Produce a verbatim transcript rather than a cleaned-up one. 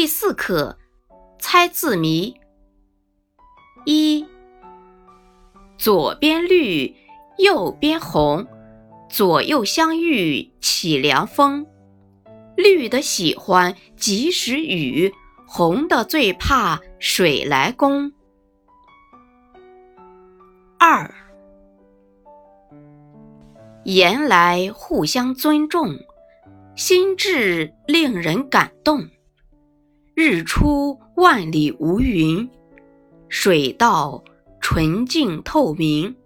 第四课，猜字谜。一，左边绿，右边红，左右相遇起凉风。绿的喜欢及时雨，红的最怕水来攻。二，言来互相尊重，心智令人感动。日出万里无云，水到纯净透明。